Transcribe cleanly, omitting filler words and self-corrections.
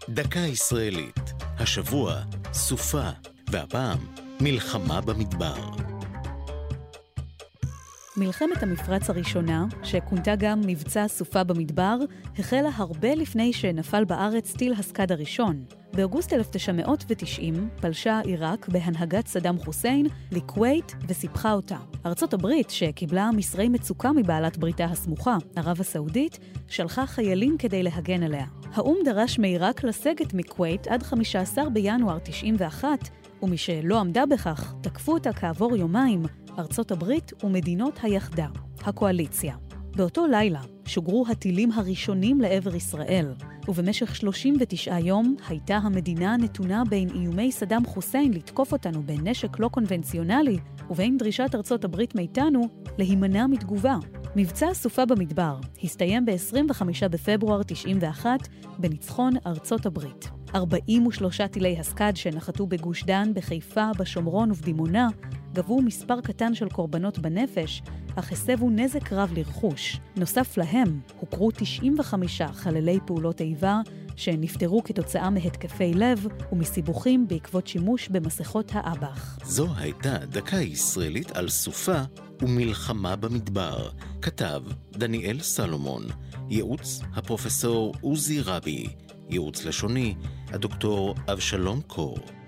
דקה ישראלית, השבוע סופה, והפעם מלחמה במדבר. מלחמת המפרץ הראשונה, שכונתה גם מבצע סופה במדבר, החלה הרבה לפני שנפל בארץ טיל הסקאד הראשון. באוגוסט 1990 פלשה עיראק בהנהגת סדאם חוסיין לכווית וסיפחה אותה. ארצות הברית, שקיבלה מסרי מצוקה מבעלת בריתה הסמוכה, ערב הסעודית, שלחה חיילים כדי להגן עליה. האום דרש מעיראק לסגת מכווית עד 15 בינואר 91, ומי שלא עמדה בכך, תקפו אותה כעבור יומיים ארצות הברית ומדינות היחדה, הקואליציה. באותו לילה שוגרו הטילים הראשונים לעבר ישראל, ובמשך 39 יום הייתה המדינה נתונה בין איומי סדאם חוסיין לתקוף אותנו בנשק לא קונבנציונלי, ובין דרישת ארצות הברית מאיתנו להימנע מתגובה. מבצע סופה במדבר הסתיים ב-25 בפברואר 91 בניצחון ארצות הברית. 43 טילי הסקאד שנחתו בגוש דן, בחיפה, בשומרון ובדימונה, גבו מספר קטן של קורבנות בנפש, אך הסבו נזק רב לרכוש. נוסף להם, הוכרו 95 חללי פעולות איבה שנפטרו כתוצאה מהתקפי לב ומסיבוכים בעקבות שימוש במסכות האב"ח. זו הייתה דקה ישראלית על סופה ומלחמה במדבר. כתב דניאל סלומון, ייעוץ הפרופסור עוזי רבי, ייעוץ לשוני הדוקטור אבשלום קור.